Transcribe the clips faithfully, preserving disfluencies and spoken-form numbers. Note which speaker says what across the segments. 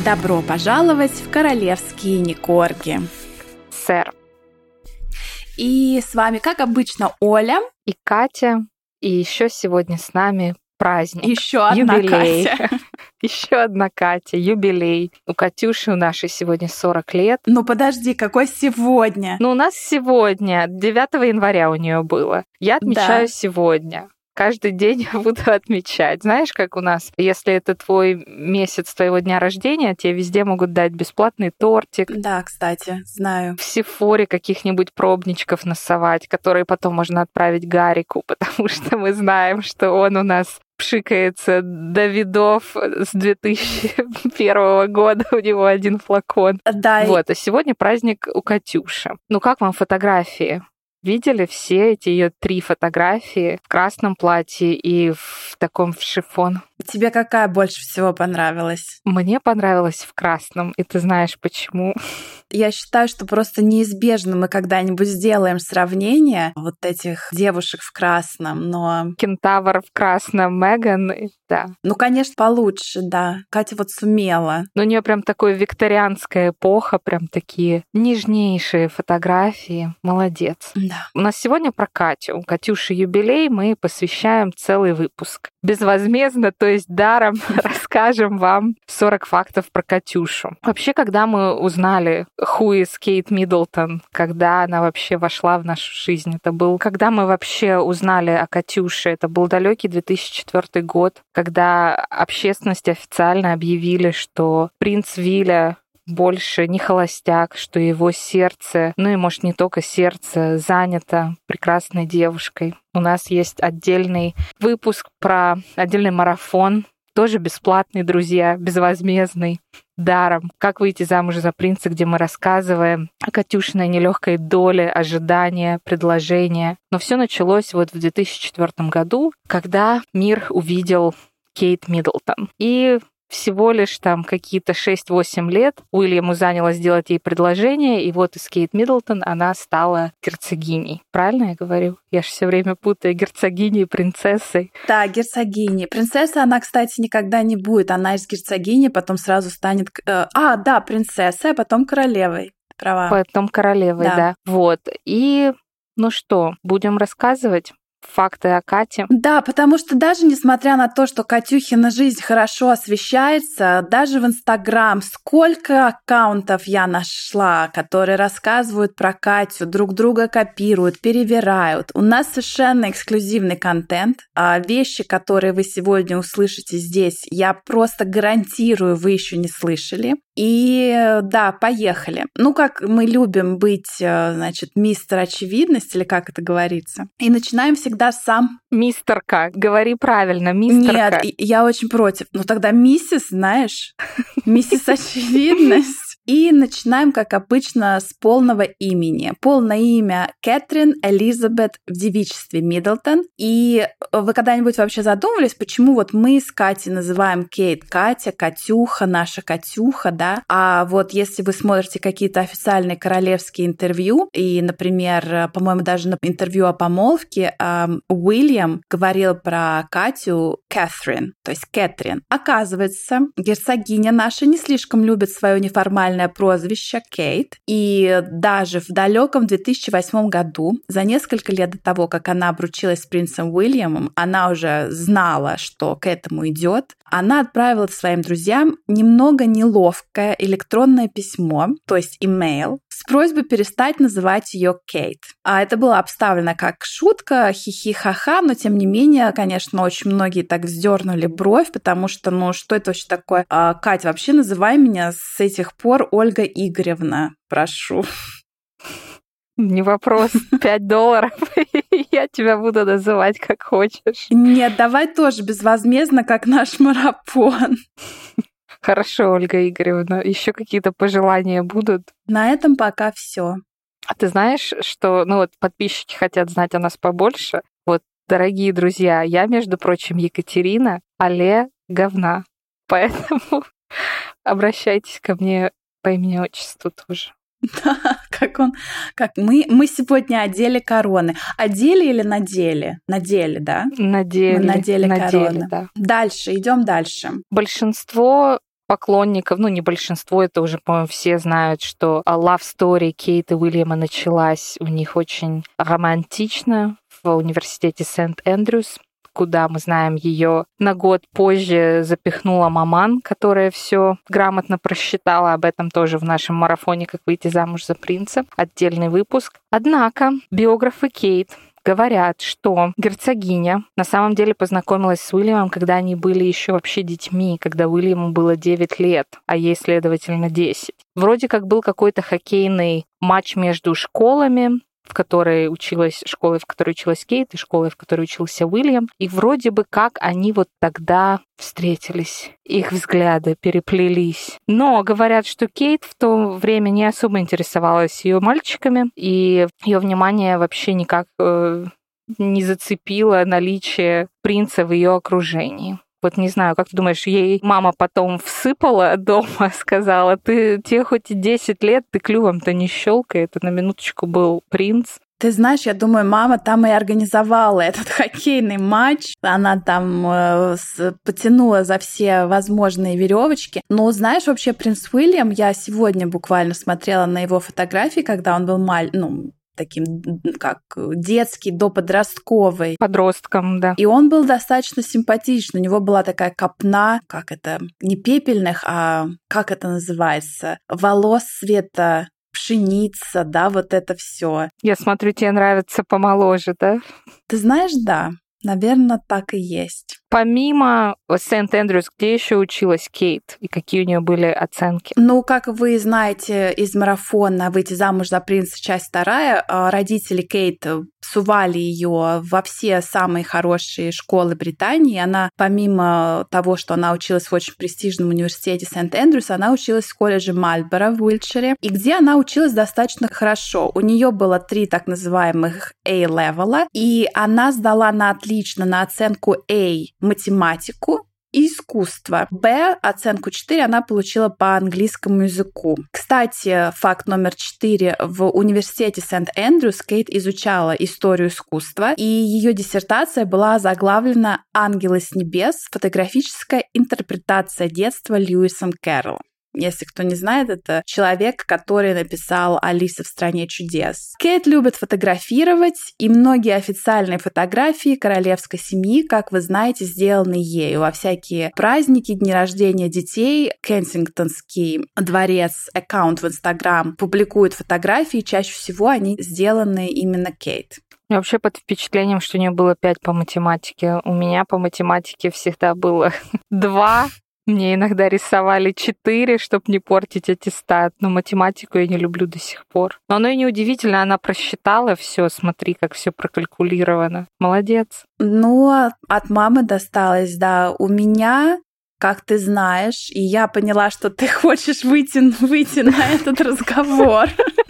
Speaker 1: Добро пожаловать в королевские Никорги.
Speaker 2: Сэр.
Speaker 1: И с вами, как обычно, Оля
Speaker 2: и Катя. И еще сегодня с нами праздник.
Speaker 1: Еще одна
Speaker 2: юбилей.
Speaker 1: Катя.
Speaker 2: Еще одна Катя, юбилей. У Катюши у нашей сегодня сорок лет.
Speaker 1: Ну подожди, какой сегодня?
Speaker 2: Ну у нас сегодня, девятого января у нее было. Я отмечаю
Speaker 1: Да.
Speaker 2: сегодня. Каждый день я буду отмечать. Знаешь, как у нас, если это твой месяц твоего дня рождения, тебе везде могут дать бесплатный тортик.
Speaker 1: Да, кстати, знаю.
Speaker 2: В Сефоре каких-нибудь пробничков насовать, которые потом можно отправить Гарику, потому что мы знаем, что он у нас пшикается до видов с две тысячи первого года, у него один флакон.
Speaker 1: Да.
Speaker 2: Вот, а сегодня праздник у Катюши. Ну как вам фотографии? Видели все эти ее три фотографии в красном платье и в таком в шифон?
Speaker 1: Тебе какая больше всего понравилась?
Speaker 2: Мне понравилось в красном, и ты знаешь почему.
Speaker 1: Я считаю, что просто неизбежно мы когда-нибудь сделаем сравнение вот этих девушек в красном, но...
Speaker 2: Кентавр в красном, Меган, да.
Speaker 1: Ну, конечно, получше, да. Катя вот сумела.
Speaker 2: Но у нее прям такой викторианская эпоха, прям такие нежнейшие фотографии. Молодец.
Speaker 1: Да.
Speaker 2: У нас сегодня про Катю. У Катюши юбилей, мы посвящаем целый выпуск. Безвозмездно, то есть даром, расскажем вам сорок фактов про Катюшу. Вообще, когда мы узнали, who is Кейт Миддлтон, когда она вообще вошла в нашу жизнь, это был, когда мы вообще узнали о Катюше, это был далекий две тысячи четвёртый год, когда общественность официально объявили, что принц Вилля больше не холостяк, что его сердце, ну и, может, не только сердце, занято прекрасной девушкой. У нас есть отдельный выпуск про отдельный марафон, тоже бесплатный, друзья, безвозмездный, даром. Как выйти замуж за принца, где мы рассказываем о Катюшиной нелегкой доле, ожидания, предложения. Но все началось вот в две тысячи четвёртом году, когда мир увидел Кейт Миддлтон. И всего лишь там какие-то шесть-восемь лет Уильяму заняло сделать ей предложение, и вот из Кейт Миддлтон она стала герцогиней. Правильно я говорю? Я же все время путаю герцогиней и принцессой.
Speaker 1: Да, герцогини. Принцесса она, кстати, никогда не будет. Она из герцогини потом сразу станет... Э, а, да, принцессой, а потом королевой. Права.
Speaker 2: Потом королевой, да.
Speaker 1: Да.
Speaker 2: Вот. И ну что, будем рассказывать факты о Кате?
Speaker 1: Да, потому что даже несмотря на то, что Катюхина жизнь хорошо освещается, даже в Инстаграм сколько аккаунтов я нашла, которые рассказывают про Катю, друг друга копируют, перевирают. У нас совершенно эксклюзивный контент. А вещи, которые вы сегодня услышите здесь, я просто гарантирую, вы еще не слышали. И да, поехали. Ну, как мы любим быть, значит, мистер очевидность, или как это говорится. И начинаем всегда сам.
Speaker 2: Мистерка, говори правильно, мистерка.
Speaker 1: Нет, я очень против. Ну, тогда миссис, знаешь, миссис очевидность. И начинаем, как обычно, с полного имени. Полное имя Кэтрин Элизабет в девичестве Миддлтон. И вы когда-нибудь вообще задумывались, почему вот мы с Катей называем Кейт Катя, Катюха, наша Катюха, да? А вот если вы смотрите какие-то официальные королевские интервью, и, например, по-моему, даже на интервью о помолвке, Уильям говорил про Катю Кэтрин, то есть Кэтрин. Оказывается, герцогиня наша не слишком любит свое неформальное прозвище Кейт. И даже в далеком две тысячи восьмом году, за несколько лет до того, как она обручилась с принцем Уильямом, она уже знала, что к этому идет. Она отправила своим друзьям немного неловкое электронное письмо, то есть имейл, с просьбой перестать называть ее Кейт. А это было обставлено как шутка, хихи-ха-ха, но тем не менее, конечно, очень многие так вздернули бровь, потому что, ну, что это вообще такое? А, Кать, вообще называй меня с этих пор Ольга Игоревна, прошу.
Speaker 2: Не вопрос, пять долларов, я тебя буду называть как хочешь.
Speaker 1: Нет, давай тоже безвозмездно, как наш марафон.
Speaker 2: Хорошо, Ольга Игоревна, еще какие-то пожелания будут?
Speaker 1: На этом пока все.
Speaker 2: А ты знаешь, что, ну вот подписчики хотят знать о нас побольше? Вот, дорогие друзья, я, между прочим, Екатерина, але говна, поэтому обращайтесь ко мне по имени-отчеству тоже.
Speaker 1: Да, как он, как мы, мы сегодня одели короны. Одели или надели? Надели, да?
Speaker 2: Надели.
Speaker 1: Мы надели,
Speaker 2: надели
Speaker 1: короны.
Speaker 2: Да.
Speaker 1: Дальше, идем дальше.
Speaker 2: Большинство поклонников, ну, не большинство, это уже, по-моему, все знают, что love story Кейт и Уильяма началась у них очень романтично в университете Сент-Эндрюс, куда, мы знаем, ее на год позже запихнула маман, которая все грамотно просчитала. Об этом тоже в нашем марафоне «Как выйти замуж за принца». Отдельный выпуск. Однако биографы Кейт говорят, что герцогиня на самом деле познакомилась с Уильямом, когда они были еще вообще детьми, когда Уильяму было девять лет, а ей, следовательно, десять. Вроде как был какой-то хоккейный матч между школами, в которой училась, школой, в которой училась Кейт, и школой, в которой учился Уильям. И вроде бы как они вот тогда встретились, их взгляды переплелись. Но говорят, что Кейт в то время не особо интересовалась ее мальчиками, и ее внимание вообще никак э, не зацепило наличие принца в ее окружении. Вот не знаю, как ты думаешь, ей мама потом всыпала дома, сказала, ты тебе хоть и десять лет, ты клювом-то не щелкай, это на минуточку был принц.
Speaker 1: Ты знаешь, я думаю, мама там и организовала этот хоккейный матч. Она там э, с, потянула за все возможные веревочки. Но знаешь, вообще принц Уильям, я сегодня буквально смотрела на его фотографии, когда он был маль... ну, таким, как детский, доподростковый.
Speaker 2: Подростком, да.
Speaker 1: И он был достаточно симпатичный. У него была такая копна, как это, не пепельных, а как это называется, волос цвета пшеница, да, вот это все.
Speaker 2: Я смотрю, тебе нравится помоложе, да?
Speaker 1: Ты знаешь, да, наверное, так и есть.
Speaker 2: Помимо Сент-Эндрюс, где еще училась Кейт и какие у нее были оценки?
Speaker 1: Ну, как вы знаете из марафона «Выйти замуж за принца», часть вторая, родители Кейт сували ее во все самые хорошие школы Британии. Она, помимо того, что она училась в очень престижном университете Сент-Эндрюс, она училась в колледже Мальборо в Уилтшире, и где она училась достаточно хорошо. У нее было три так называемых A-левела, и она сдала на отлично на оценку A математику и искусство. Б, оценку четыре, она получила по английскому языку. Кстати, факт номер четыре. В университете Сент-Эндрюс Кейт изучала историю искусства, и ее диссертация была заглавлена «Ангелы с небес. Фотографическая интерпретация детства Льюисом Кэрроллом». Если кто не знает, это человек, который написал «Алиса в стране чудес». Кейт любит фотографировать, и многие официальные фотографии королевской семьи, как вы знаете, сделаны ею. Во всякие праздники, дни рождения детей Кенсингтонский дворец, аккаунт в Инстаграм публикует фотографии, чаще всего они сделаны именно Кейт.
Speaker 2: Я вообще под впечатлением, что у нее было пять по математике. У меня по математике всегда было два. Мне иногда рисовали четыре, чтобы не портить аттестат, но математику я не люблю до сих пор. Но оно и не удивительно, она просчитала все, смотри, как все прокалькулировано. Молодец.
Speaker 1: Ну, от мамы досталось, да. У меня, как ты знаешь, и я поняла, что ты хочешь выйти, выйти на этот разговор.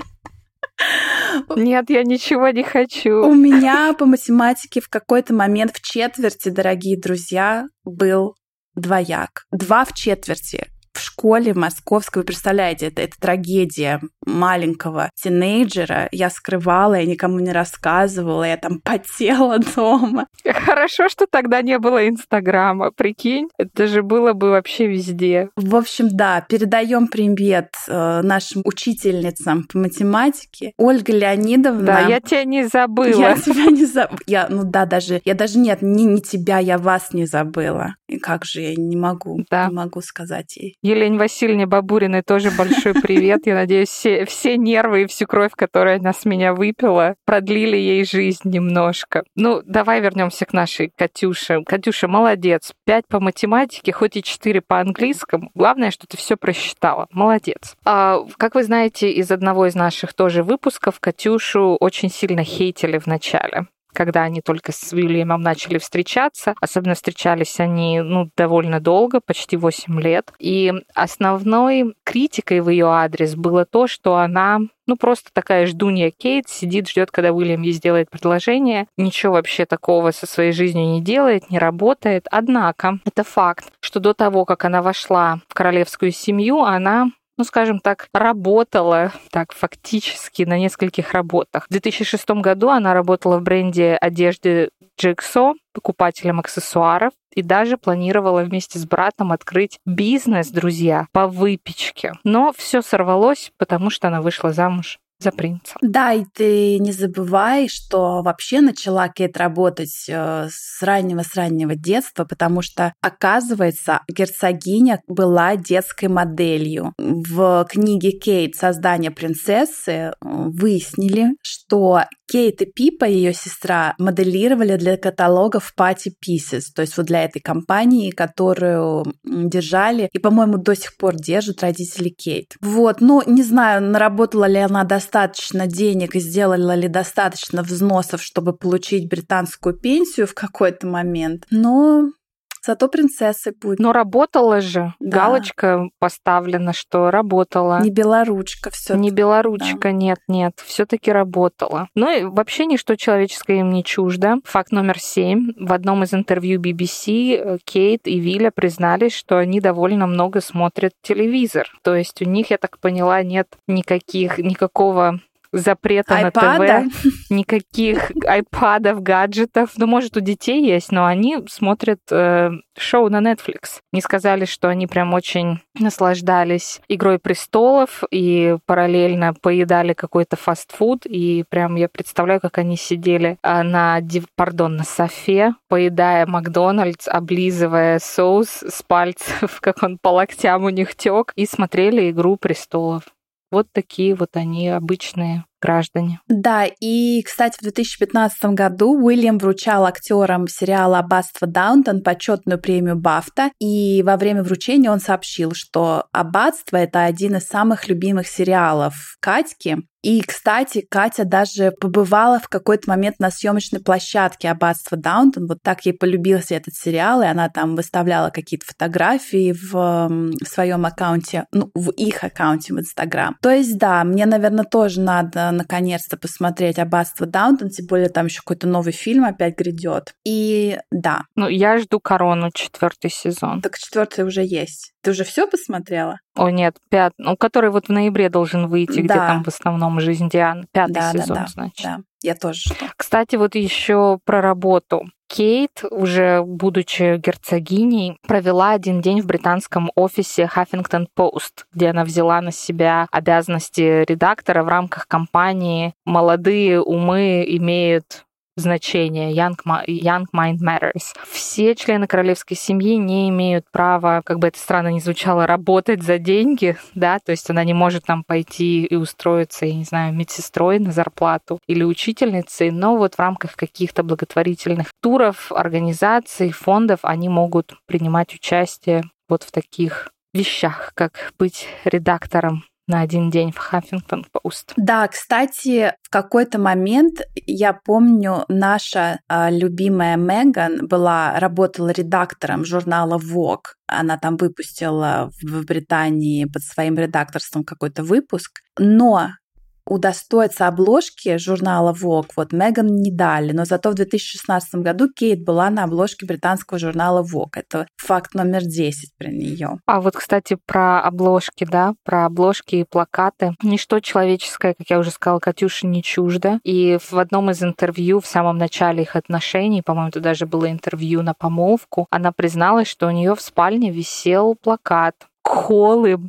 Speaker 2: Нет, я ничего не хочу.
Speaker 1: У меня по математике в какой-то момент в четверти, дорогие друзья, был двояк. Два в четверти. В школе московской, вы представляете, это, это трагедия маленького тинейджера. Я скрывала, я никому не рассказывала, я там потела дома.
Speaker 2: Хорошо, что тогда не было Инстаграма, прикинь. Это же было бы вообще везде.
Speaker 1: В общем, да, передаем привет э, нашим учительницам по математике. Ольга Леонидовна.
Speaker 2: Да, я тебя не забыла.
Speaker 1: Я тебя не забыла. Я, ну да, даже, я даже нет, не, не тебя, я вас не забыла. И как же я не могу,
Speaker 2: да.
Speaker 1: не могу сказать ей.
Speaker 2: Елене Васильевне Бабуриной тоже большой привет. Я надеюсь, все, все нервы и всю кровь, которую она с меня выпила, продлили ей жизнь немножко. Ну, давай вернемся к нашей Катюше. Катюша, молодец. Пять по математике, хоть и четыре по английскому. Главное, что ты все просчитала. Молодец. А, как вы знаете, из одного из наших тоже выпусков Катюшу очень сильно хейтили в начале, когда они только с Уильямом начали встречаться. Особенно встречались они ну, довольно долго, почти восемь лет. И основной критикой в ее адрес было то, что она ну, просто такая ждунья Кейт, сидит, ждет, когда Уильям ей сделает предложение. Ничего вообще такого со своей жизнью не делает, не работает. Однако, это факт, что до того, как она вошла в королевскую семью, она ну, скажем так, работала так фактически на нескольких работах. В две тысячи шестом году она работала в бренде одежды Jigsaw, покупателем аксессуаров, и даже планировала вместе с братом открыть бизнес, друзья, по выпечке. Но все сорвалось, потому что она вышла замуж за принца.
Speaker 1: Да, и ты не забывай, что вообще начала Кейт работать э, с раннего-с раннего детства, потому что, оказывается, герцогиня была детской моделью. В книге Кейт «Создание принцессы» выяснили, что Кейт и Пипа, ее сестра, моделировали для каталогов Party Pieces, то есть вот для этой компании, которую держали и, по-моему, до сих пор держат родители Кейт. Вот, ну, не знаю, наработала ли она достаточно достаточно денег и сделала ли достаточно взносов, чтобы получить британскую пенсию в какой-то момент, но зато принцессой будет.
Speaker 2: Но работала же. Да. Галочка поставлена, что работала.
Speaker 1: Не белоручка все.
Speaker 2: Не белоручка, да. нет, нет. Все-таки работала. Ну и вообще ничто человеческое им не чуждо. Факт номер семь. В одном из интервью би би си Кейт и Виля признались, что они довольно много смотрят телевизор. То есть у них, я так поняла, нет никаких, никакого запрета
Speaker 1: айпада?
Speaker 2: На ТВ, никаких айпадов, гаджетов. Ну, может, у детей есть, но они смотрят э, шоу на Netflix. Не сказали, что они прям очень наслаждались «Игрой престолов» и параллельно поедали какой-то фастфуд. И прям я представляю, как они сидели на, пардон, на софе, поедая Макдональдс, облизывая соус с пальцев, как он по локтям у них тек, и смотрели «Игру престолов». Вот такие вот они обычные граждане.
Speaker 1: Да, и, кстати, в две тысячи пятнадцатом году Уильям вручал актерам сериала «Аббатство Даунтон» почетную премию Бафта, и во время вручения он сообщил, что «Аббатство» — это один из самых любимых сериалов Катьки. И, кстати, Катя даже побывала в какой-то момент на съемочной площадке «Аббатство Даунтон». Вот так ей полюбился этот сериал, и она там выставляла какие-то фотографии в, в своем аккаунте, ну, в их аккаунте в Инстаграм. То есть, да, мне, наверное, тоже надо наконец-то посмотреть «Аббатство Даунтон», тем более там еще какой-то новый фильм опять грядет. И да.
Speaker 2: Ну, я жду «Корону», четвертый сезон.
Speaker 1: Так четвертый уже есть. Ты уже все посмотрела?
Speaker 2: О, нет, пятый, ну, который вот в ноябре должен выйти, да. Где там в основном «Жизнь Дианы». Пятый
Speaker 1: да,
Speaker 2: сезон,
Speaker 1: да, да,
Speaker 2: значит.
Speaker 1: Да, я тоже жду.
Speaker 2: Кстати, вот еще про работу. Кейт, уже будучи герцогиней, провела один день в британском офисе Huffington Post, где она взяла на себя обязанности редактора в рамках кампании «Молодые умы имеют значение, young, young Mind Matters». Все члены королевской семьи не имеют права, как бы это странно ни звучало, работать за деньги, да, то есть она не может там пойти и устроиться, я не знаю, медсестрой на зарплату или учительницей, но вот в рамках каких-то благотворительных туров, организаций, фондов они могут принимать участие вот в таких вещах, как быть редактором на один день в Huffington Post.
Speaker 1: Да, кстати, в какой-то момент, я помню, наша а, любимая Меган была, работала редактором журнала Vogue. Она там выпустила в Британии под своим редакторством какой-то выпуск. Но удостоиться обложки журнала Vogue вот Меган не дали, но зато в две тысячи шестнадцатом году Кейт была на обложке британского журнала Vogue. Это факт номер десять про нее.
Speaker 2: А вот, кстати, про обложки, да, про обложки и плакаты. Ничто человеческое, как я уже сказала, Катюше не чуждо. И в одном из интервью в самом начале их отношений, по-моему, это даже было интервью на помолвку, она призналась, что у нее в спальне висел плакат голым,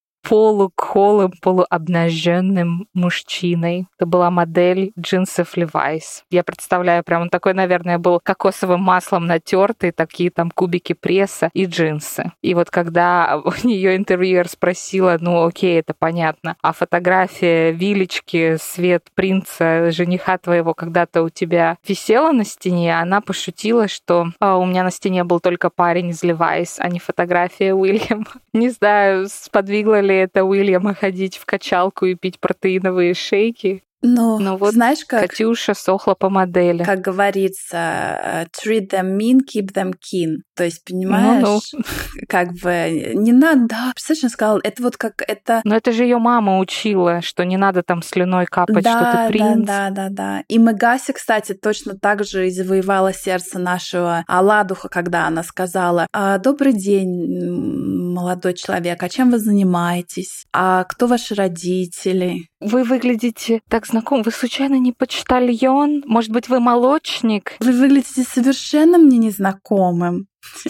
Speaker 2: полуколым, полуобнаженным мужчиной. Это была модель джинсов Levi's. Я представляю, прям он такой, наверное, был кокосовым маслом натертый, такие там кубики пресса и джинсы. И вот когда у нее интервьюер спросила, ну окей, это понятно, а фотография Вилечки, свет принца, жениха твоего когда-то у тебя висела на стене, она пошутила, что а, у меня на стене был только парень из Levi's, а не фотография Уильяма. Не знаю, сподвигло ли это Уильяма ходить в качалку и пить протеиновые шейки.
Speaker 1: Ну,
Speaker 2: Ну вот
Speaker 1: знаешь, как,
Speaker 2: Катюша сохла по модели.
Speaker 1: как говорится, treat them mean, keep them keen. То есть, понимаешь,
Speaker 2: Ну-ну.
Speaker 1: как бы не надо, да, представляешь, он сказал, это вот как это...
Speaker 2: Но это же ее мама учила, что не надо там слюной капать, что
Speaker 1: Да,
Speaker 2: ты принц.
Speaker 1: да, да, да, да. И Мегаси, кстати, точно так же и завоевала сердце нашего Аладуха, когда она сказала: «А, добрый день, молодой человек, а чем вы занимаетесь? А кто ваши родители?
Speaker 2: Вы выглядите так знакомы. Вы случайно не почтальон? Может быть, вы молочник?
Speaker 1: Вы выглядите совершенно мне незнакомым».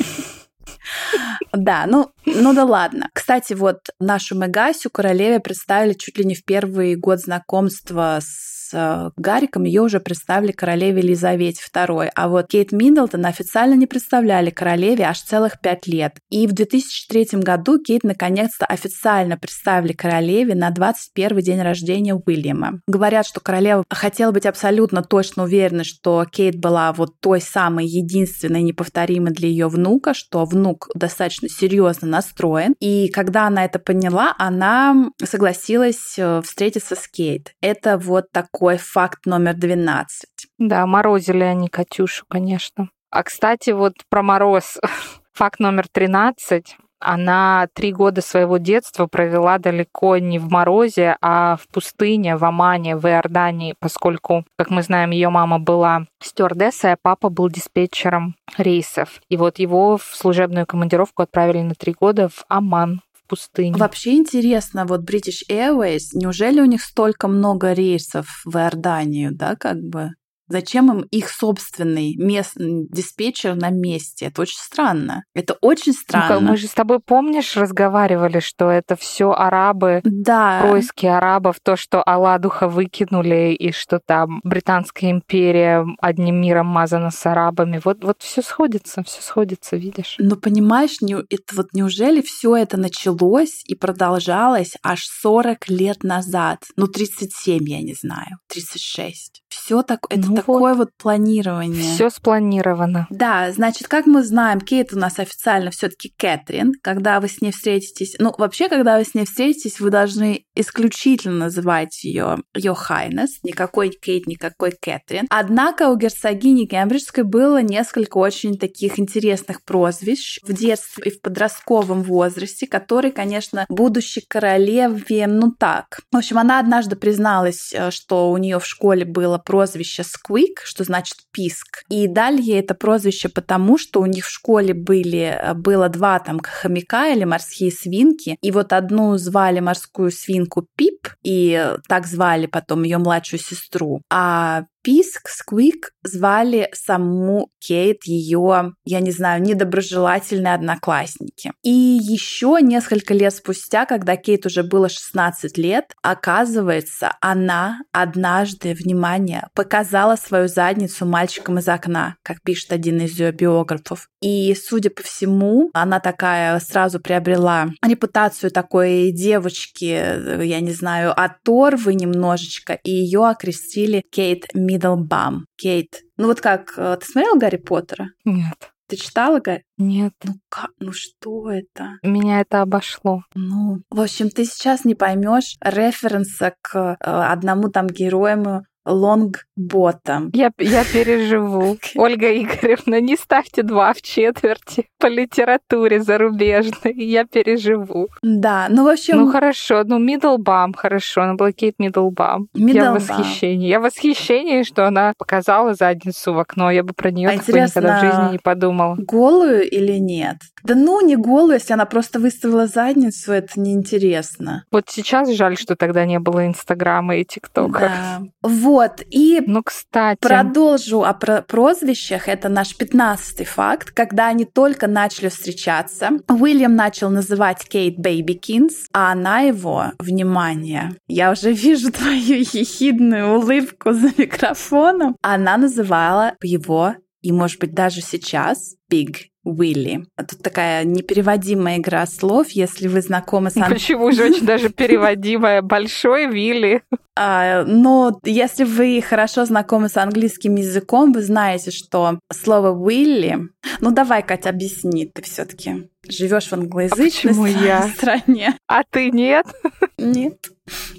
Speaker 1: Да, ну, ну да ладно. Кстати, вот нашу Мегасю королеве представили чуть ли не в первый год знакомства с Гариком, ее уже представили королеве Елизавете второй. А вот Кейт Миддлтон официально не представляли королеве аж целых пять лет. И в две тысячи третьем году Кейт наконец-то официально представили королеве на двадцать первый день рождения Уильяма. Говорят, что королева хотела быть абсолютно точно уверена, что Кейт была вот той самой единственной неповторимой для ее внука, что внук достаточно серьезно настроен. И когда она это поняла, она согласилась встретиться с Кейт. Это вот такой факт номер двенадцать.
Speaker 2: Да, морозили они Катюшу, конечно. А, кстати, вот про мороз. Факт номер тринадцать. Она три года своего детства провела далеко не в морозе, а в пустыне, в Омане, в Иордании, поскольку, как мы знаем, ее мама была стюардессой, а папа был диспетчером рейсов. И вот его в служебную командировку отправили на три года в Оман. Пустыне.
Speaker 1: Вообще интересно, вот British Airways, неужели у них столько много рейсов в Иорданию, да, как бы? Зачем им их собственный местный диспетчер на месте? Это очень странно. Это очень странно.
Speaker 2: Ну, мы же с тобой, помнишь, разговаривали, что это все арабы,
Speaker 1: да.
Speaker 2: происки арабов, то, что Аладуха выкинули, и что там Британская империя одним миром мазана с арабами. Вот, вот все сходится, все сходится, видишь?
Speaker 1: Но понимаешь, не, это вот неужели все это началось и продолжалось аж сорок лет назад? Ну, тридцать семь, я не знаю, тридцать шесть. Все так, это
Speaker 2: ну
Speaker 1: такое
Speaker 2: вот,
Speaker 1: вот планирование.
Speaker 2: Все спланировано.
Speaker 1: Да, значит, как мы знаем, Кейт у нас официально все-таки Кэтрин. Когда вы с ней встретитесь, ну вообще, когда вы с ней встретитесь, вы должны исключительно называть ее Your Highness, никакой Кейт, никакой Кэтрин. Однако у герцогини Кембриджской было несколько очень таких интересных прозвищ в детстве и в подростковом возрасте, которые, конечно, будущей королеве, ну так. В общем, она однажды призналась, что у нее в школе было прозвище Squeak, что значит писк. И дали ей это прозвище потому, что у них в школе были, было два там хомяка или морские свинки. И вот одну звали морскую свинку Пип, и так звали потом ее младшую сестру. А Писк, Сквик звали саму Кейт, ее, я не знаю, недоброжелательные одноклассники. И еще несколько лет спустя, когда Кейт уже было шестнадцать лет, оказывается, она однажды, внимание, показала свою задницу мальчикам из окна, как пишет один из ее биографов. И, судя по всему, она такая сразу приобрела репутацию такой девочки, я не знаю, оторвы немножечко, и ее окрестили Кейт Миддлбам. Кейт. Ну вот как, ты смотрела Гарри Поттера?
Speaker 2: Нет.
Speaker 1: Ты читала, Гарри?
Speaker 2: Нет.
Speaker 1: Ну как? Ну что это?
Speaker 2: Меня это обошло.
Speaker 1: Ну, в общем, ты сейчас не поймешь референса к одному там герою Лонгботом.
Speaker 2: Я, я переживу. Ольга Игоревна, не ставьте два в четверти по литературе зарубежной. Я переживу.
Speaker 1: Да, ну в общем...
Speaker 2: Ну хорошо, ну Миддлбам, хорошо, она была Кейт Миддлбам. Я в восхищении. Я в восхищении, что она показала задницу в окно. Я бы про нее
Speaker 1: а
Speaker 2: такое никогда в жизни не подумала.
Speaker 1: Голую или нет? Да ну, не голую, если она просто выставила задницу, это неинтересно.
Speaker 2: Вот сейчас жаль, что тогда не было Инстаграма и ТикТока.
Speaker 1: Да. Вот, и
Speaker 2: ну, кстати.
Speaker 1: продолжу о прозвищах. Это наш пятнадцатый факт. Когда они только начали встречаться, Уильям начал называть Кейт Бэйбикинс, а она его, внимание, я уже вижу твою ехидную улыбку за микрофоном, она называла его, и, может быть, даже сейчас, Big Willy. Тут такая непереводимая игра слов, если вы знакомы с...
Speaker 2: Ан... Почему же очень даже переводимая? Большой Вилли.
Speaker 1: А, но если вы хорошо знакомы с английским языком, вы знаете, что слово Willy... Ну, давай, Катя, объясни, ты все-таки живешь в англоязычной
Speaker 2: а почему я?
Speaker 1: стране.
Speaker 2: А ты нет?
Speaker 1: Нет.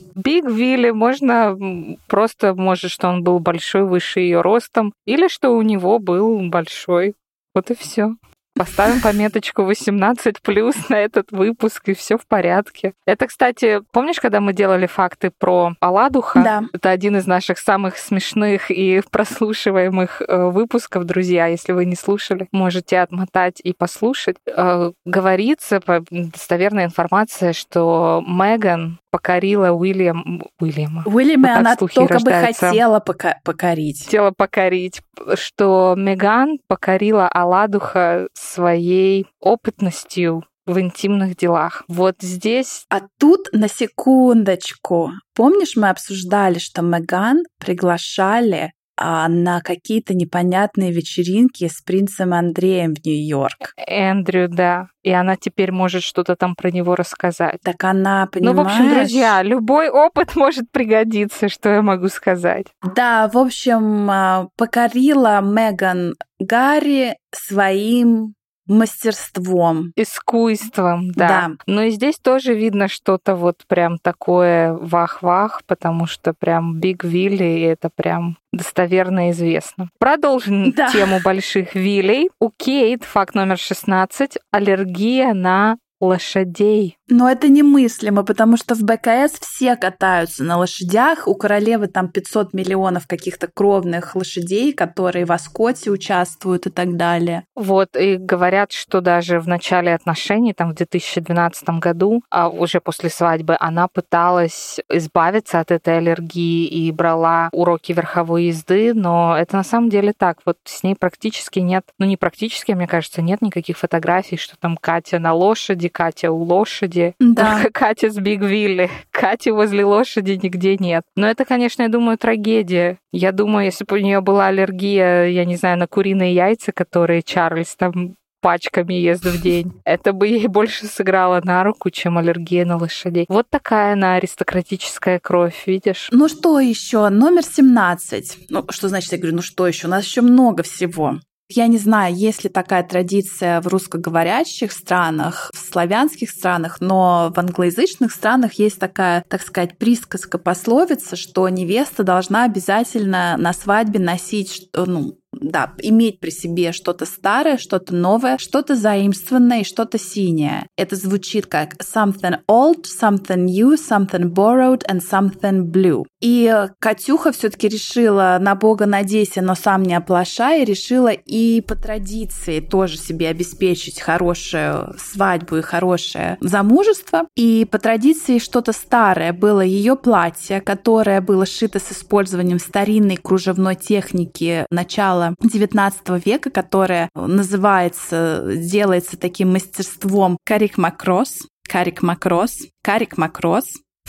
Speaker 2: Биг Вилли, можно просто, может, что он был большой, выше ее ростом, или что у него был большой. Вот и все. Поставим пометочку восемнадцать плюс на этот выпуск, и все в порядке. Это, кстати, помнишь, когда мы делали факты про оладуха?
Speaker 1: Да.
Speaker 2: Это один из наших самых смешных и прослушиваемых э, выпусков, друзья. Если вы не слушали, можете отмотать и послушать. Э, говорится, достоверная информация, что Меган покорила Уильям... Уильяма.
Speaker 1: Уильяма она только
Speaker 2: рождаются.
Speaker 1: бы хотела пока- покорить.
Speaker 2: Хотела покорить, что Меган покорила оладуха своей опытностью в интимных делах. Вот здесь...
Speaker 1: А тут на секундочку. Помнишь, мы обсуждали, что Меган приглашали а, на какие-то непонятные вечеринки с принцем Андреем в Нью-Йорк?
Speaker 2: Эндрю, да. И она теперь может что-то там про него рассказать.
Speaker 1: Так она, понимаешь...
Speaker 2: Ну, в общем, друзья, любой опыт может пригодиться, что я могу сказать.
Speaker 1: Да, в общем, покорила Меган Гарри своим мастерством.
Speaker 2: Искусством, да.
Speaker 1: Да.
Speaker 2: Но и здесь тоже видно что-то вот прям такое вах-вах, потому что прям Биг Вилли, и это прям достоверно известно. Продолжим
Speaker 1: Да.
Speaker 2: тему больших вилей. У Кейт, факт номер шестнадцать, аллергия на лошадей.
Speaker 1: Но это немыслимо, потому что в БКС все катаются на лошадях. У королевы там пятьсот миллионов каких-то кровных лошадей, которые в Аскоте участвуют и так далее.
Speaker 2: Вот, и говорят, что даже в начале отношений, там в две тысячи двенадцатом году, а уже после свадьбы, она пыталась избавиться от этой аллергии и брала уроки верховой езды, но это на самом деле так. Вот с ней практически нет, ну не практически, мне кажется, нет никаких фотографий, что там Катя на лошади, Катя у лошади,
Speaker 1: Да.
Speaker 2: только Катя с Биг Вилли. Кати возле лошади нигде нет. Но это, конечно, я думаю, трагедия. Я думаю, если бы у нее была аллергия, я не знаю, на куриные яйца, которые Чарльз там пачками ест в день, это бы ей больше сыграло на руку, чем аллергия на лошадей. Вот такая она аристократическая кровь, видишь?
Speaker 1: Ну что еще? Номер семнадцать. Ну, что значит, я говорю, ну что еще? У нас еще много всего. Я не знаю, есть ли такая традиция в русскоговорящих странах, в славянских странах, но в англоязычных странах есть такая, так сказать, присказка, пословица, что невеста должна обязательно на свадьбе носить, ну, да, иметь при себе что-то старое, что-то новое, что-то заимствованное и что-то синее. Это звучит как something old, something new, something borrowed and something blue. И Катюха все-таки решила на Бога надейся, но сам не оплошай, и решила и по традиции тоже себе обеспечить хорошую свадьбу и хорошее замужество. И по традиции что-то старое было ее платье, которое было шито с использованием старинной кружевной техники начала девятнадцатого века, которое называется, делается таким мастерством карик-макрос. Карик-макрос. Карик-макрос.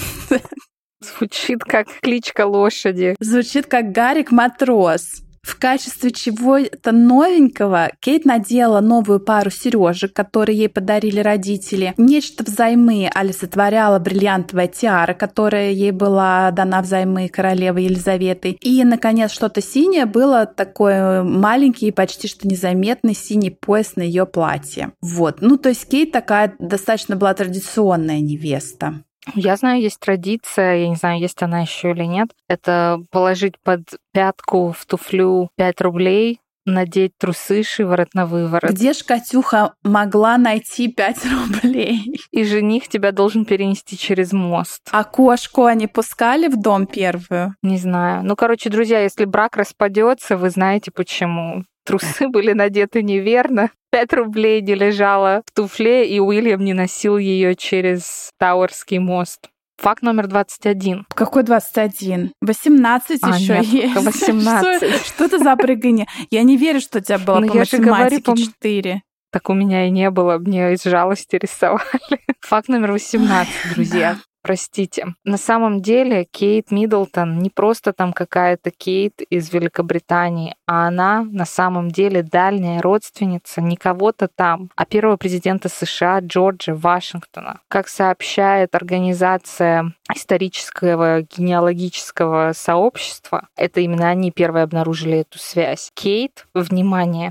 Speaker 2: Звучит как кличка лошади.
Speaker 1: Звучит как Гарик-матрос. В качестве чего-то новенького Кейт надела новую пару сережек, которые ей подарили родители. Нечто взаймы олицетворяла бриллиантовая тиара, которая ей была дана взаймы королевой Елизаветой. И, наконец, что-то синее было такой маленький и почти что незаметный синий пояс на ее платье. Вот. Ну, то есть Кейт такая достаточно была традиционная невеста.
Speaker 2: Я знаю, есть традиция, я не знаю, есть она еще или нет, это положить под пятку в туфлю пять рублей, надеть трусы, шиворот на выворот.
Speaker 1: Где ж Катюха могла найти пять рублей?
Speaker 2: И жених тебя должен перенести через мост.
Speaker 1: А кошку они пускали в дом первую?
Speaker 2: Не знаю. Ну, короче, друзья, если брак распадется, вы знаете почему. Трусы были надеты неверно, пять рублей не лежало в туфле, и Уильям не носил ее через Тауэрский мост. Факт номер двадцать один.
Speaker 1: Какой двадцать один? восемнадцать
Speaker 2: а,
Speaker 1: еще
Speaker 2: нет,
Speaker 1: есть.
Speaker 2: восемнадцать.
Speaker 1: Что, что это за прыгание? Я не верю, что у тебя было
Speaker 2: ну,
Speaker 1: по математике четыре.
Speaker 2: Так у меня и не было, мне из жалости рисовали. Факт номер восемнадцать, друзья. Простите. На самом деле Кейт Миддлтон не просто там какая-то Кейт из Великобритании, а она на самом деле дальняя родственница не кого-то там, а первого президента США Джорджа Вашингтона. Как сообщает организация исторического генеалогического сообщества, это именно они первые обнаружили эту связь. Кейт, внимание,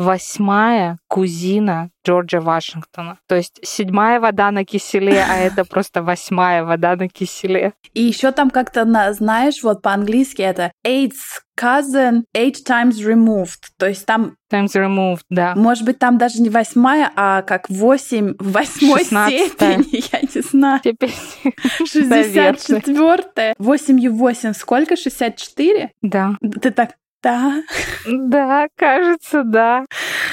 Speaker 2: восьмая кузина Джорджа Вашингтона. То есть седьмая вода на киселе, а это просто восьмая вода на киселе.
Speaker 1: И еще там как-то, знаешь, вот по-английски это eighth cousin, eight times removed. То есть там...
Speaker 2: Times removed, да.
Speaker 1: Может быть, там даже не восьмая, а как восемь в восьмой степени, я не знаю.
Speaker 2: Теперь
Speaker 1: шестьдесят четвёртая. восемью восемь сколько? шестьдесят четыре?
Speaker 2: Да.
Speaker 1: Ты так... Да.
Speaker 2: Да, кажется, да.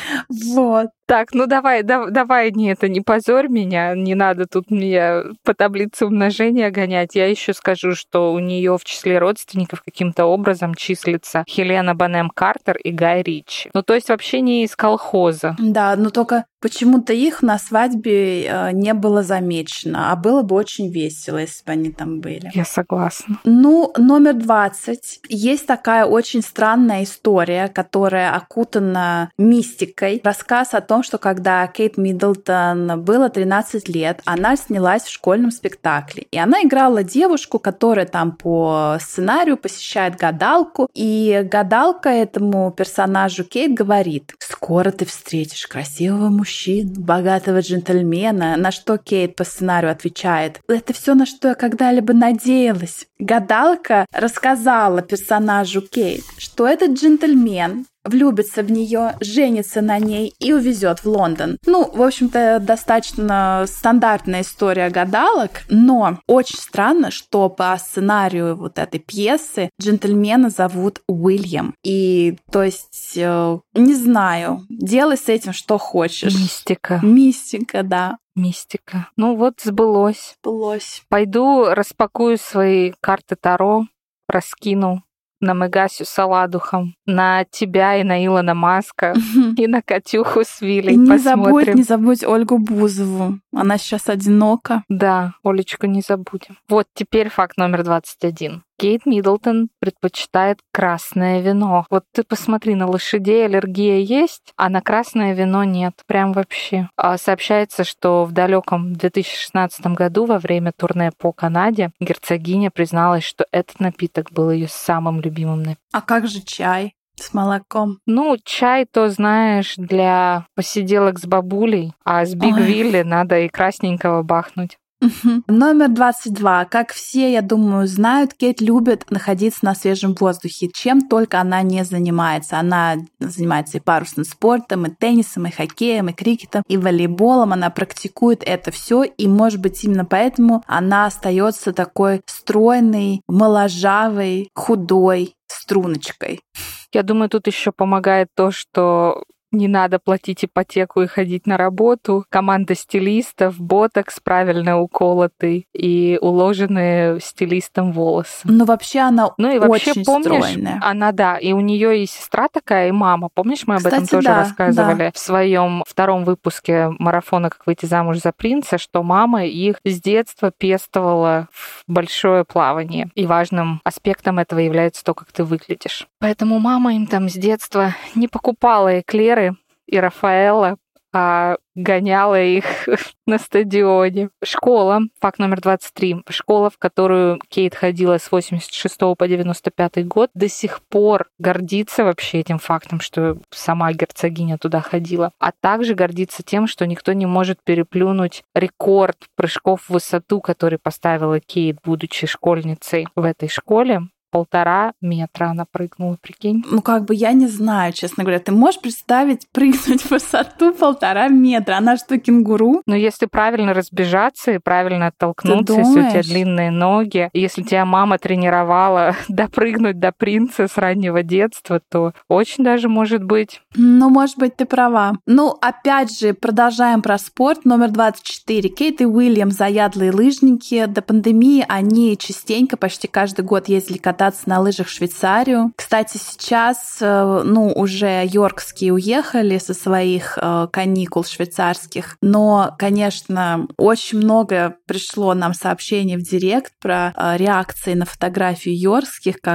Speaker 1: Вот.
Speaker 2: Так, ну давай, да, давай, не это, не позорь меня, не надо тут меня по таблице умножения гонять. Я еще скажу, что у нее в числе родственников каким-то образом числится Хелена Бонем Картер и Гай Ричи. Ну, то есть вообще не из колхоза.
Speaker 1: Да, но только почему-то их на свадьбе не было замечено, а было бы очень весело, если бы они там были.
Speaker 2: Я согласна.
Speaker 1: Ну, номер двадцать. Есть такая очень странная история, которая окутана мистикой. Рассказ о том, что когда Кейт Миддлтон было тринадцать лет, она снялась в школьном спектакле. И она играла девушку, которая там по сценарию посещает гадалку. И гадалка этому персонажу Кейт говорит: «Скоро ты встретишь красивого мужчину, богатого джентльмена». На что Кейт по сценарию отвечает: «Это все, на что я когда-либо надеялась». Гадалка рассказала персонажу Кейт, что этот джентльмен влюбится в нее, женится на ней и увезет в Лондон. Ну, в общем-то, достаточно стандартная история гадалок, но очень странно, что по сценарию вот этой пьесы джентльмена зовут Уильям. И, то есть, э, не знаю, делай с этим что хочешь.
Speaker 2: Мистика.
Speaker 1: Мистика, да.
Speaker 2: Мистика. Ну вот, сбылось.
Speaker 1: Сбылось.
Speaker 2: Пойду распакую свои карты Таро, раскину на Мегасю Саладухом, на тебя и на Илона Маска, и на Катюху с Вилей.
Speaker 1: И не
Speaker 2: посмотрим.
Speaker 1: забудь, не забудь Ольгу Бузову. Она сейчас одинока.
Speaker 2: Да, Олечку не забудем. Вот теперь факт номер двадцать один. Кейт Миддлтон предпочитает красное вино. Вот ты посмотри, на лошадей аллергия есть, а на красное вино нет. Прям вообще. А сообщается, что в далеком две тысячи шестнадцатом году во время турне по Канаде герцогиня призналась, что этот напиток был ее самым любимым напитком.
Speaker 1: А как же чай с молоком?
Speaker 2: Ну, чай, то, знаешь, для посиделок с бабулей, а с Биг Вилли надо и красненького бахнуть.
Speaker 1: Угу. Номер двадцать два. Как все, я думаю, знают, Кейт любит находиться на свежем воздухе. Чем только она не занимается. Она занимается и парусным спортом, и теннисом, и хоккеем, и крикетом, и волейболом. Она практикует это все, и, может быть, именно поэтому она остается такой стройной, моложавой, худой струночкой.
Speaker 2: Я думаю, тут еще помогает то, что не надо платить ипотеку и ходить на работу. Команда стилистов, ботокс правильно уколотый и уложенные стилистом волосы.
Speaker 1: Ну, вообще она
Speaker 2: ну, и вообще,
Speaker 1: очень
Speaker 2: помнишь,
Speaker 1: стройная.
Speaker 2: Она, да, и у нее и сестра такая, и мама. Помнишь, мы об
Speaker 1: Кстати,
Speaker 2: этом тоже
Speaker 1: да,
Speaker 2: рассказывали
Speaker 1: да.
Speaker 2: в своем втором выпуске марафона «Как выйти замуж за принца», что мама их с детства пестовала в большое плавание. И важным аспектом этого является то, как ты выглядишь. Поэтому мама им там с детства не покупала эклеры и Рафаэла, а гоняла их на стадионе. Школа, факт номер двадцать три. Школа, в которую Кейт ходила с восемьдесят шестого по девяносто пятый год, до сих пор гордится вообще этим фактом, что сама герцогиня туда ходила, а также гордится тем, что никто не может переплюнуть рекорд прыжков в высоту, который поставила Кейт, будучи школьницей в этой школе. Полтора метра она прыгнула, прикинь.
Speaker 1: Ну, как бы я не знаю, честно говоря. Ты можешь представить прыгнуть в высоту полтора метра? Она что, кенгуру?
Speaker 2: Но если правильно разбежаться и правильно оттолкнуться, если у тебя длинные ноги, если тебя мама тренировала допрыгнуть до принца с раннего детства, то очень даже может быть.
Speaker 1: Ну, может быть, ты права. Ну, опять же, продолжаем про спорт. Номер двадцать четыре. Кейт и Уильям — заядлые лыжники. До пандемии они частенько, почти каждый год ездили кататься на лыжах в Швейцарию. Кстати, сейчас, ну, уже йоркские уехали со своих каникул швейцарских, но, конечно, очень много пришло нам сообщений в директ про реакции на фотографии йоркских, как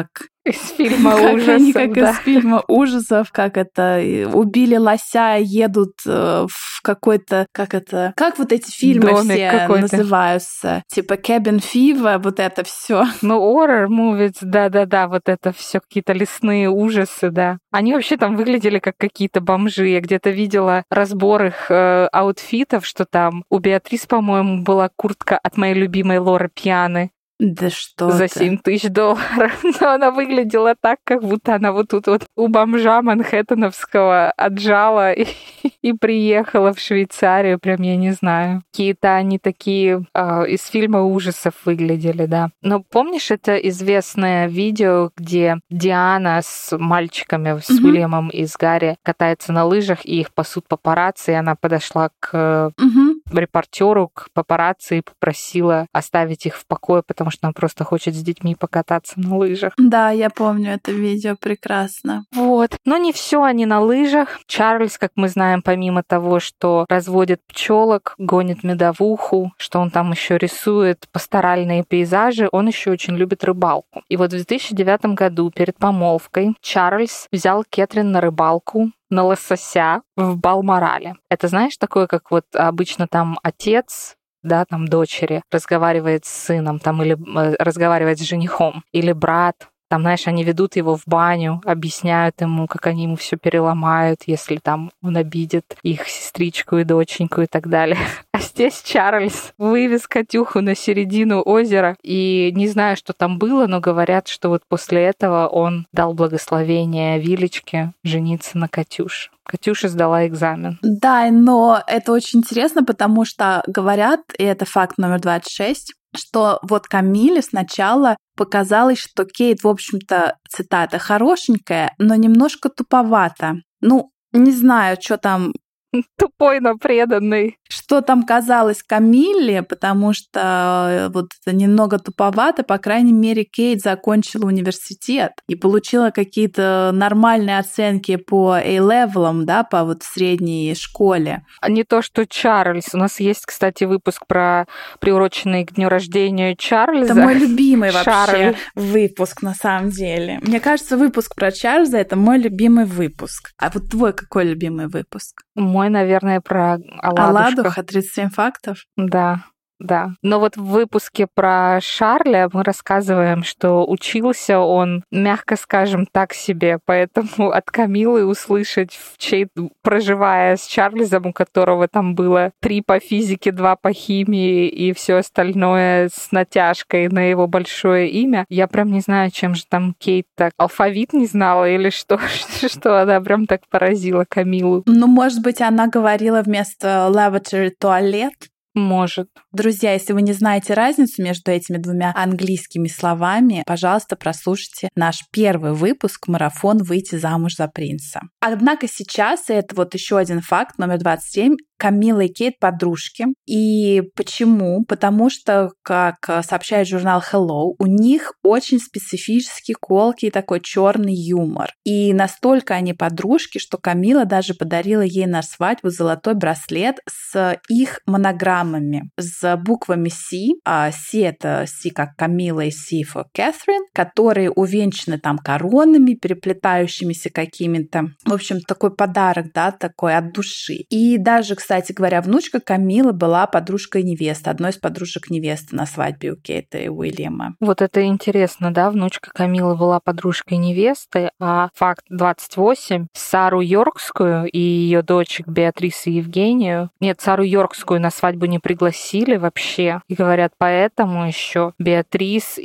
Speaker 2: Из фильма
Speaker 1: как
Speaker 2: ужасов,
Speaker 1: они, как
Speaker 2: да.
Speaker 1: из фильма ужасов, как это, убили лося, едут э, в какой-то, как это, как вот эти фильмы
Speaker 2: Домик
Speaker 1: все
Speaker 2: какой-то.
Speaker 1: называются, типа Cabin Fever, вот это все.
Speaker 2: Ну, horror movies, да-да-да, вот это все какие-то лесные ужасы, да. Они вообще там выглядели как какие-то бомжи. Я где-то видела разбор их э, аутфитов, что там у Беатрис, по-моему, была куртка от моей любимой Лоры Пьяны.
Speaker 1: Да что
Speaker 2: За
Speaker 1: ты.
Speaker 2: семь тысяч долларов. Но она выглядела так, как будто она вот тут вот у бомжа манхэттеновского отжала и, и приехала в Швейцарию. Прям я не знаю. Какие-то они такие э, из фильма ужасов выглядели, да. Но помнишь это известное видео, где Диана с мальчиками, с
Speaker 1: Мгм.
Speaker 2: Уильямом и с Гарри катается на лыжах, и их пасут папарацци, и она подошла к
Speaker 1: Мгм.
Speaker 2: репортеру, к папарацци и попросила оставить их в покое, потому что она просто хочет с детьми покататься на лыжах.
Speaker 1: Да, я помню это видео прекрасно.
Speaker 2: Вот. Но не все они на лыжах. Чарльз, как мы знаем, помимо того, что разводит пчелок, гонит медовуху, что он там еще рисует пасторальные пейзажи, он еще очень любит рыбалку. И вот в две тысячи девятом году перед помолвкой Чарльз взял Кэтрин на рыбалку на лосося в Балморале. Это, знаешь, такое, как вот обычно там отец, да, там дочери разговаривает с сыном, там или э, разговаривает с женихом, или брат. Там, знаешь, они ведут его в баню, объясняют ему, как они ему все переломают, если там он обидит их сестричку и доченьку и так далее. А здесь Чарльз вывез Катюху на середину озера, и не знаю, что там было, но говорят, что вот после этого он дал благословение Вилечке жениться на Катюше. Катюша сдала экзамен.
Speaker 1: Да, но это очень интересно, потому что говорят, и это факт номер двадцать шесть, что вот Камиле сначала показалось, что Кейт, в общем-то, цитата, хорошенькая, но немножко туповата. Ну, не знаю, что там...
Speaker 2: Тупой, но преданный.
Speaker 1: Что там казалось Камилле, потому что вот это немного туповато, по крайней мере, Кейт закончила университет и получила какие-то нормальные оценки по A-левелам, да, по вот средней школе.
Speaker 2: А не то, что Чарльз. У нас есть, кстати, выпуск про приуроченный к дню рождения Чарльза.
Speaker 1: Это мой любимый вообще
Speaker 2: Шарль.
Speaker 1: выпуск, на самом деле. Мне кажется, выпуск про Чарльза — это мой любимый выпуск. А вот твой какой любимый выпуск?
Speaker 2: Мой, наверное, про Оладушку.
Speaker 1: Оладуха, тридцать семь фактов?
Speaker 2: Да, да. Но вот в выпуске про Шарля мы рассказываем, что учился он, мягко скажем, так себе, поэтому от Камилы услышать, в чей, проживая с Чарльзом, у которого там было три по физике, два по химии и все остальное с натяжкой на его большое имя, я прям не знаю, чем же там Кейт так алфавит не знала или что, что она прям так поразила Камилу.
Speaker 1: Ну, может быть, она говорила вместо lavatory туалет.
Speaker 2: Может.
Speaker 1: Друзья, если вы не знаете разницу между этими двумя английскими словами, пожалуйста, прослушайте наш первый выпуск «Марафон. Выйти замуж за принца». Однако сейчас, и это вот еще один факт, номер двадцать семь, Камила и Кейт подружки. И почему? Потому что, как сообщает журнал Hello, у них очень специфический, колкий такой черный юмор. И настолько они подружки, что Камила даже подарила ей на свадьбу золотой браслет с их монограммами, с буквами C. А C — это C как Камила и C for Catherine, которые увенчаны там коронами, переплетающимися какими-то. В общем, такой подарок, да, такой от души. И даже, кстати говоря, внучка Камилы была подружкой невесты, одной из подружек невесты на свадьбе у Кейта и Уильяма.
Speaker 2: Вот это интересно, да, внучка Камилы была подружкой невесты, а факт двадцать восемь, Сару Йоркскую и ее дочь Беатрис и Евгению, нет, Сару Йоркскую на свадьбу не пригласили вообще, и говорят, поэтому еще Беатрис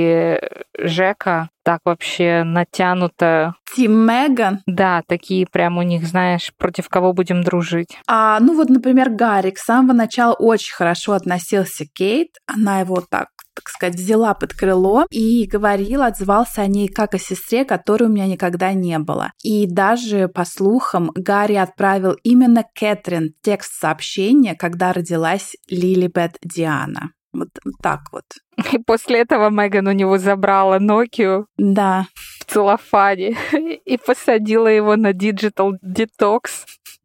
Speaker 2: и Жека так вообще натянуто.
Speaker 1: Тим Меган.
Speaker 2: Да, такие прям у них, знаешь, против кого будем дружить.
Speaker 1: А, ну вот, например, Гарри с самого начала очень хорошо относился к Кейт. Она его так, так сказать, взяла под крыло и говорил, отзывался о ней как о сестре, которой у меня никогда не было. И даже, по слухам, Гарри отправил именно Кэтрин текст сообщения, когда родилась Лилибет Диана. Вот так вот.
Speaker 2: И после этого Меган у него забрала Nokia
Speaker 1: да.
Speaker 2: в целлофане и посадила его на Digital Detox.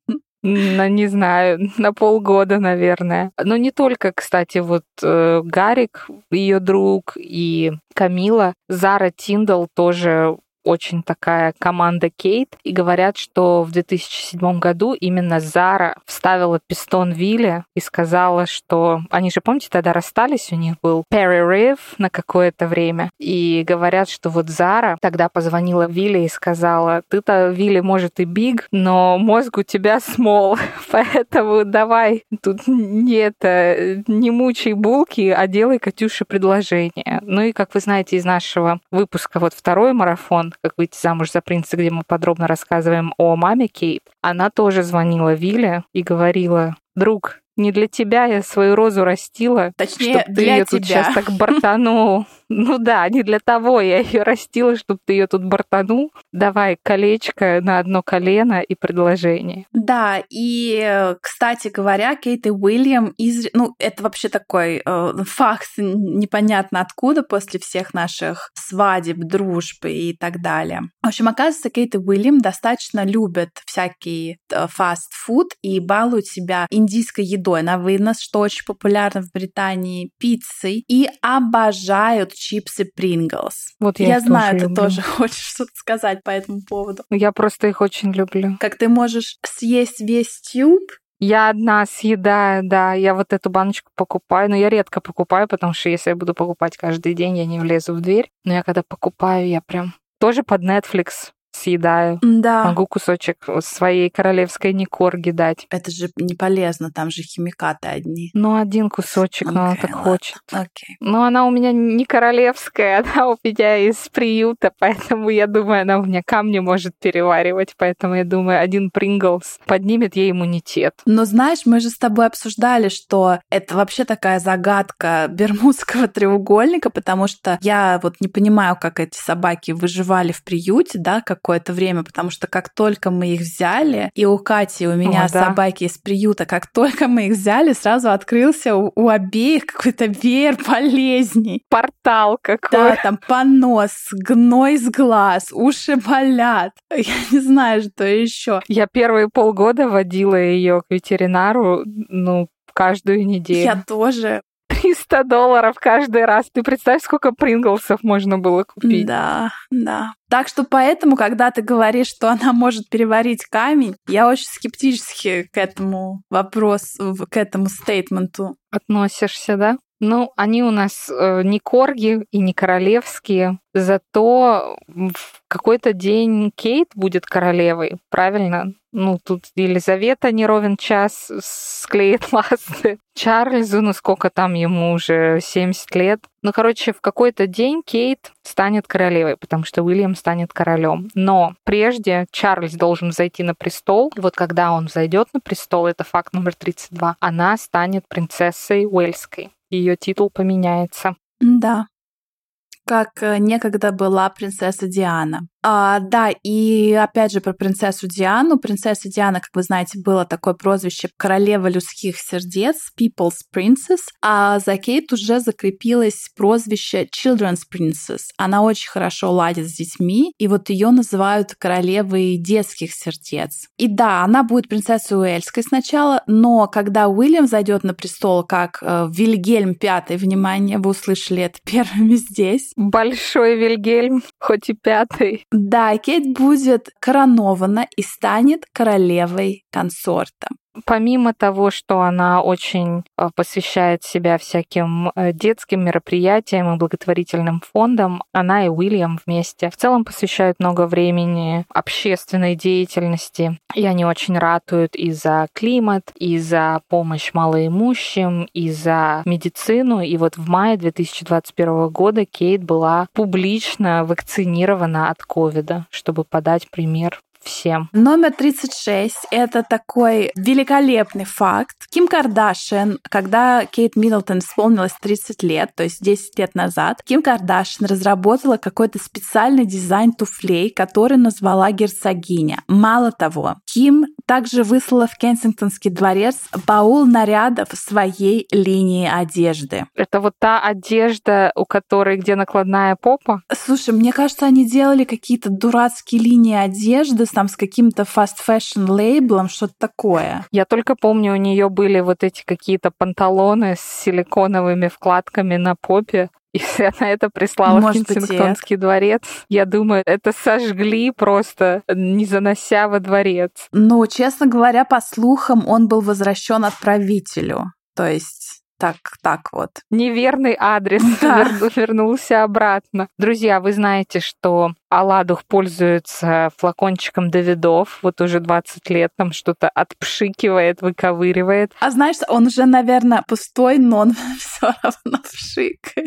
Speaker 2: на, не знаю, на полгода, наверное. Но не только, кстати, вот э, Гарик, ее друг, и Камила, Зара Тиндалл тоже очень такая команда Кейт, и говорят, что в две тысячи седьмом году именно Зара вставила пистон Вилли и сказала, что... Они же, помните, тогда расстались, у них был перерыв на какое-то время, и говорят, что вот Зара тогда позвонила Вилли и сказала: ты-то, Вилли, может, и биг, но мозг у тебя смол, поэтому давай тут не это, не мучай булки, а делай Катюше предложение. Ну и, как вы знаете из нашего выпуска, вот второй марафон, как выйти замуж за принца, где мы подробно рассказываем о маме Кейт, она тоже звонила Вилле и говорила: друг, не для тебя я свою розу растила,
Speaker 1: точнее,
Speaker 2: чтобы ты ее тут сейчас так бортанул. Ну да, не для того я ее растила, чтобы ты ее тут бортанул. Давай колечко на одно колено и предложение.
Speaker 1: Да, и, кстати говоря, Кейт и Уильям, из... ну, это вообще такой э, факт, непонятно откуда, после всех наших свадеб, дружб и так далее. В общем, оказывается, Кейт и Уильям достаточно любят всякий фастфуд и балуют себя индийской едой на вынос, что очень популярно в Британии, пиццей, и обожают чипсы Pringles.
Speaker 2: Вот я,
Speaker 1: я знаю,
Speaker 2: тоже
Speaker 1: ты
Speaker 2: люблю.
Speaker 1: тоже хочешь что-то сказать по этому поводу.
Speaker 2: Я просто их очень люблю.
Speaker 1: Как ты можешь съесть весь тюб?
Speaker 2: Я одна съедаю, да, я вот эту баночку покупаю, но я редко покупаю, потому что если я буду покупать каждый день, я не влезу в дверь. Но я когда покупаю, я прям тоже под Netflix съедаю.
Speaker 1: Да.
Speaker 2: Могу кусочек своей королевской Никорги дать.
Speaker 1: Это же не полезно, там же химикаты одни.
Speaker 2: Ну, один кусочек,
Speaker 1: Okay,
Speaker 2: но она так
Speaker 1: ладно.
Speaker 2: хочет.
Speaker 1: Okay.
Speaker 2: Но она у меня не королевская, она у меня из приюта, поэтому я думаю, она у меня камни может переваривать, поэтому я думаю, один Принглс поднимет ей иммунитет.
Speaker 1: Но знаешь, мы же с тобой обсуждали, что это вообще такая загадка Бермудского треугольника, потому что я вот не понимаю, как эти собаки выживали в приюте, да, какое-то время, потому что как только мы их взяли, и у Кати, и у меня
Speaker 2: О, да.
Speaker 1: собаки из приюта, как только мы их взяли, сразу открылся у, у обеих какой-то веер болезней.
Speaker 2: Портал какой.
Speaker 1: Да, там понос, гной с глаз, уши болят. Я не знаю, что еще.
Speaker 2: Я первые полгода водила ее к ветеринару, ну, каждую неделю.
Speaker 1: Я тоже.
Speaker 2: триста долларов каждый раз. Ты представь, сколько Принглсов можно было купить.
Speaker 1: Да, да. Так что поэтому, когда ты говоришь, что она может переварить камень, я очень скептически к этому вопросу, к этому стейтменту
Speaker 2: Относишься, да? Ну, они у нас э, не корги и не королевские, зато в какой-то день Кейт будет королевой, правильно? Ну, тут Елизавета не ровен час склеит ласты. Чарльзу, ну сколько там ему уже, семьдесят лет. Ну, короче, в какой-то день Кейт станет королевой, потому что Уильям станет королем. Но прежде Чарльз должен зайти на престол. И вот когда он зайдет на престол, это факт номер тридцать два, она станет принцессой Уэльской. Ее титул поменяется.
Speaker 1: Да, как некогда была принцесса Диана. А, да, и опять же про принцессу Диану. Принцесса Диана, как вы знаете, было такое прозвище королева людских сердец, People's Princess, а за Кейт уже закрепилось прозвище Children's Princess. Она очень хорошо ладит с детьми, и вот ее называют королевой детских сердец. И да, она будет принцессой Уэльской сначала, но когда Уильям зайдет на престол, как э, Вильгельм Пятый, внимание, вы услышали это первыми здесь.
Speaker 2: Большой Вильгельм, хоть и пятый.
Speaker 1: Да, Кейт будет коронована и станет королевой-консортом.
Speaker 2: Помимо того, что она очень посвящает себя всяким детским мероприятиям и благотворительным фондам, она и Уильям вместе в целом посвящают много времени общественной деятельности. И они очень ратуют и за климат, и за помощь малоимущим, и за медицину. И вот в мае две тысячи двадцать первого года Кейт была публично вакцинирована от ковида, чтобы подать пример всем.
Speaker 1: Номер тридцать шесть — это такой великолепный факт. Ким Кардашьян, когда Кейт Миддлтон исполнилось тридцать лет, то есть десять лет назад, Ким Кардашьян разработала какой-то специальный дизайн туфлей, который назвала герцогиня. Мало того, Ким также выслала в Кенсингтонский дворец баул нарядов своей линии одежды.
Speaker 2: Это вот та одежда, у которой где накладная попа?
Speaker 1: Слушай, мне кажется, они делали какие-то дурацкие линии одежды там с каким-то fast-fashion лейблом, что-то такое.
Speaker 2: Я только помню, у нее были вот эти какие-то панталоны с силиконовыми вкладками на попе. Если она это прислала
Speaker 1: Может
Speaker 2: в Кенсингтонский дворец, я думаю, это сожгли просто, не занося во дворец.
Speaker 1: Ну, честно говоря, по слухам, он был возвращен отправителю. То есть... Так, так вот.
Speaker 2: Неверный адрес
Speaker 1: да.
Speaker 2: верну, вернулся обратно. Друзья, вы знаете, что Аладух пользуется флакончиком Давидов. Вот уже двадцать лет там что-то отпшикивает, выковыривает.
Speaker 1: А знаешь, он уже, наверное, пустой, но он все равно пшикает.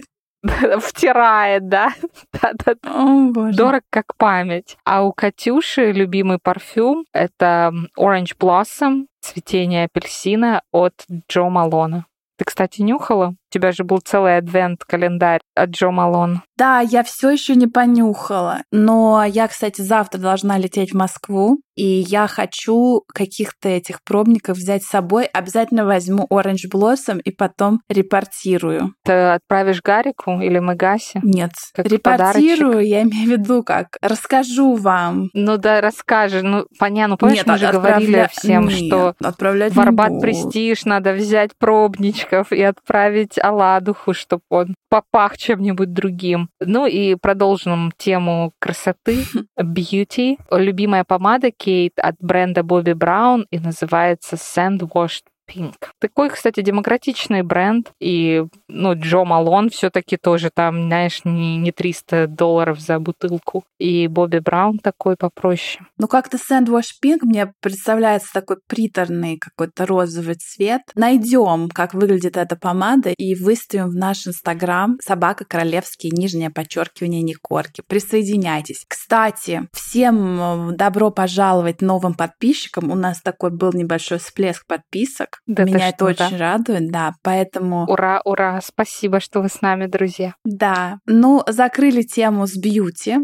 Speaker 2: Втирает, да? Да-да-да.
Speaker 1: О, боже.
Speaker 2: Дорог как память. А у Катюши любимый парфюм — это Orange Blossom, цветение апельсина от Джо Малона. Ты, кстати, нюхала? У тебя же был целый адвент-календарь от Джо Малон.
Speaker 1: Да, я все еще не понюхала. Но я, кстати, завтра должна лететь в Москву, и я хочу каких-то этих пробников взять с собой. Обязательно возьму Orange Blossom и потом репортирую.
Speaker 2: Ты отправишь Гарику или Мегасе?
Speaker 1: Нет,
Speaker 2: как
Speaker 1: репортирую,
Speaker 2: подарочек?
Speaker 1: Я имею в виду как. Расскажу вам.
Speaker 2: Ну да, расскажи. Ну, понятно, ну, помнишь,
Speaker 1: Нет,
Speaker 2: мы же
Speaker 1: отправля...
Speaker 2: говорили всем,
Speaker 1: Нет,
Speaker 2: что
Speaker 1: отправлять
Speaker 2: в Арбат
Speaker 1: не буду.
Speaker 2: Престиж надо взять пробничков и отправить Аладуху, чтобы он попах чем-нибудь другим. Ну и продолжим тему красоты. Beauty. Любимая помада Кейт от бренда Bobbi Brown и называется Sand Washed Pink. Такой, кстати, демократичный бренд. И, ну, Джо Малон все-таки тоже там, знаешь, не, не триста долларов за бутылку. И Bobbi Brown такой попроще.
Speaker 1: Ну, как-то Sandwash Pink мне представляется такой приторный какой-то розовый цвет. Найдем, как выглядит эта помада, и выставим в наш Инстаграм собака королевские, нижнее подчеркивание Никорки. Присоединяйтесь. Кстати, всем добро пожаловать новым подписчикам. У нас такой был небольшой всплеск подписок.
Speaker 2: Да.
Speaker 1: Меня это
Speaker 2: что,
Speaker 1: очень
Speaker 2: да?
Speaker 1: радует, да, поэтому...
Speaker 2: Ура, ура, спасибо, что вы с нами, друзья.
Speaker 1: Да, ну, закрыли тему с бьюти.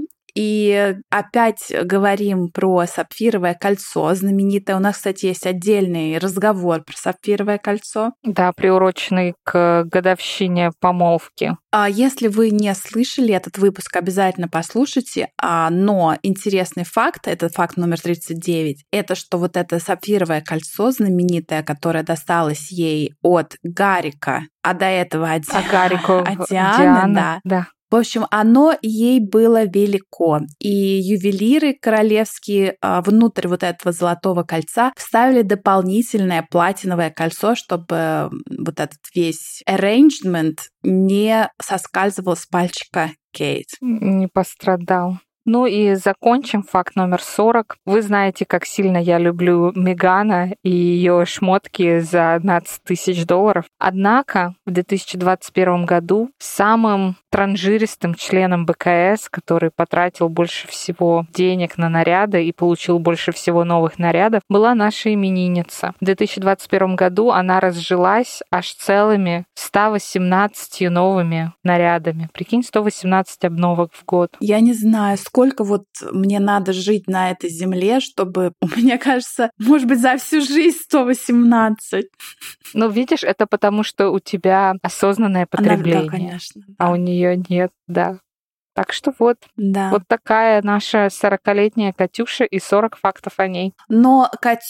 Speaker 1: И опять говорим про сапфировое кольцо знаменитое. У нас, кстати, есть отдельный разговор про сапфировое кольцо.
Speaker 2: Да, приуроченный к годовщине помолвки.
Speaker 1: А если вы не слышали этот выпуск, обязательно послушайте. А, но интересный факт, это факт номер тридцать девять, это что вот это сапфировое кольцо знаменитое, которое досталось ей от Гарика, а до этого от,
Speaker 2: а Гарику,
Speaker 1: от Дианы,
Speaker 2: Диана,
Speaker 1: да.
Speaker 2: да.
Speaker 1: В общем, оно ей было велико. И ювелиры королевские внутрь вот этого золотого кольца вставили дополнительное платиновое кольцо, чтобы вот этот весь arrangement не соскальзывал с пальчика Кейт.
Speaker 2: Не пострадал. Ну и закончим факт номер сорок. Вы знаете, как сильно я люблю Мегана и ее шмотки за двенадцать тысяч долларов. Однако в две тысячи двадцать первом году самым транжиристым членом БКС, который потратил больше всего денег на наряды и получил больше всего новых нарядов, была наша именинница. В две тысячи двадцать первом году она разжилась аж целыми ста восемнадцатью новыми нарядами. Прикинь, сто восемнадцать обновок в год.
Speaker 1: Я не знаю, сколько вот мне надо жить на этой земле, чтобы, мне кажется, может быть, за всю жизнь сто восемнадцать.
Speaker 2: Ну, видишь, это потому, что у тебя осознанное потребление.
Speaker 1: Она, да, конечно. Да.
Speaker 2: А у нее нет, да. Так что вот,
Speaker 1: да.
Speaker 2: вот такая наша сорокалетняя Катюша и сорок фактов о ней.
Speaker 1: Но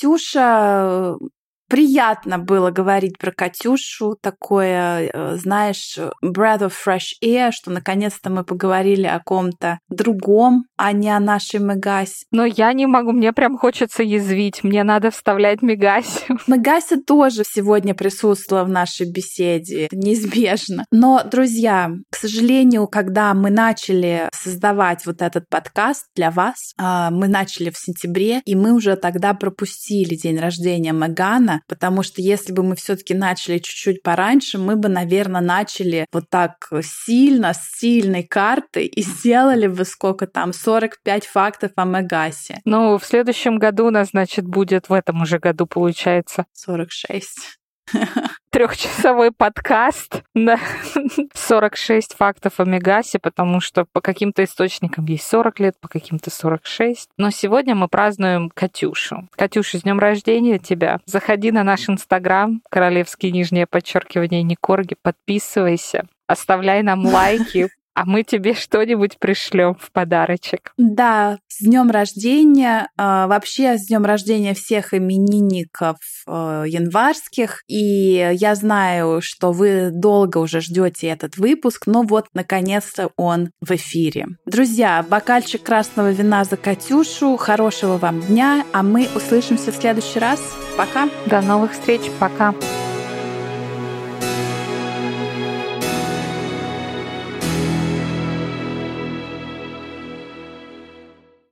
Speaker 1: Катюша... Приятно было говорить про Катюшу, такое, знаешь, breath of fresh air, что наконец-то мы поговорили о ком-то другом, а не о нашей Мегасе.
Speaker 2: Но я не могу, мне прям хочется язвить, мне надо вставлять Мегасю.
Speaker 1: Мегася тоже сегодня присутствовала в нашей беседе, неизбежно. Но, друзья, к сожалению, когда мы начали создавать вот этот подкаст для вас, мы начали в сентябре, и мы уже тогда пропустили день рождения Мегана, потому что если бы мы все-таки начали чуть-чуть пораньше, мы бы, наверное, начали вот так сильно, с сильной картой и сделали бы сколько там, сорок пять фактов о Мегасе.
Speaker 2: Ну, в следующем году у нас, значит, будет, в этом уже году, получается,
Speaker 1: сорок шесть.
Speaker 2: Трехчасовой подкаст на сорок шесть фактов о Мегасе, потому что по каким-то источникам есть сорок лет, по каким-то сорок шесть. Но сегодня мы празднуем Катюшу. Катюша, с днем рождения тебя. Заходи на наш Инстаграм, королевские нижнее подчеркивание Никорги, подписывайся. Оставляй нам лайки, А мы тебе что-нибудь пришлем в подарочек.
Speaker 1: Да, с днем рождения. Вообще, с днем рождения всех именинников январских. И я знаю, что вы долго уже ждете этот выпуск, но вот, наконец-то, он в эфире. Друзья, бокальчик красного вина за Катюшу. Хорошего вам дня, а мы услышимся в следующий раз. Пока.
Speaker 2: До новых встреч. Пока.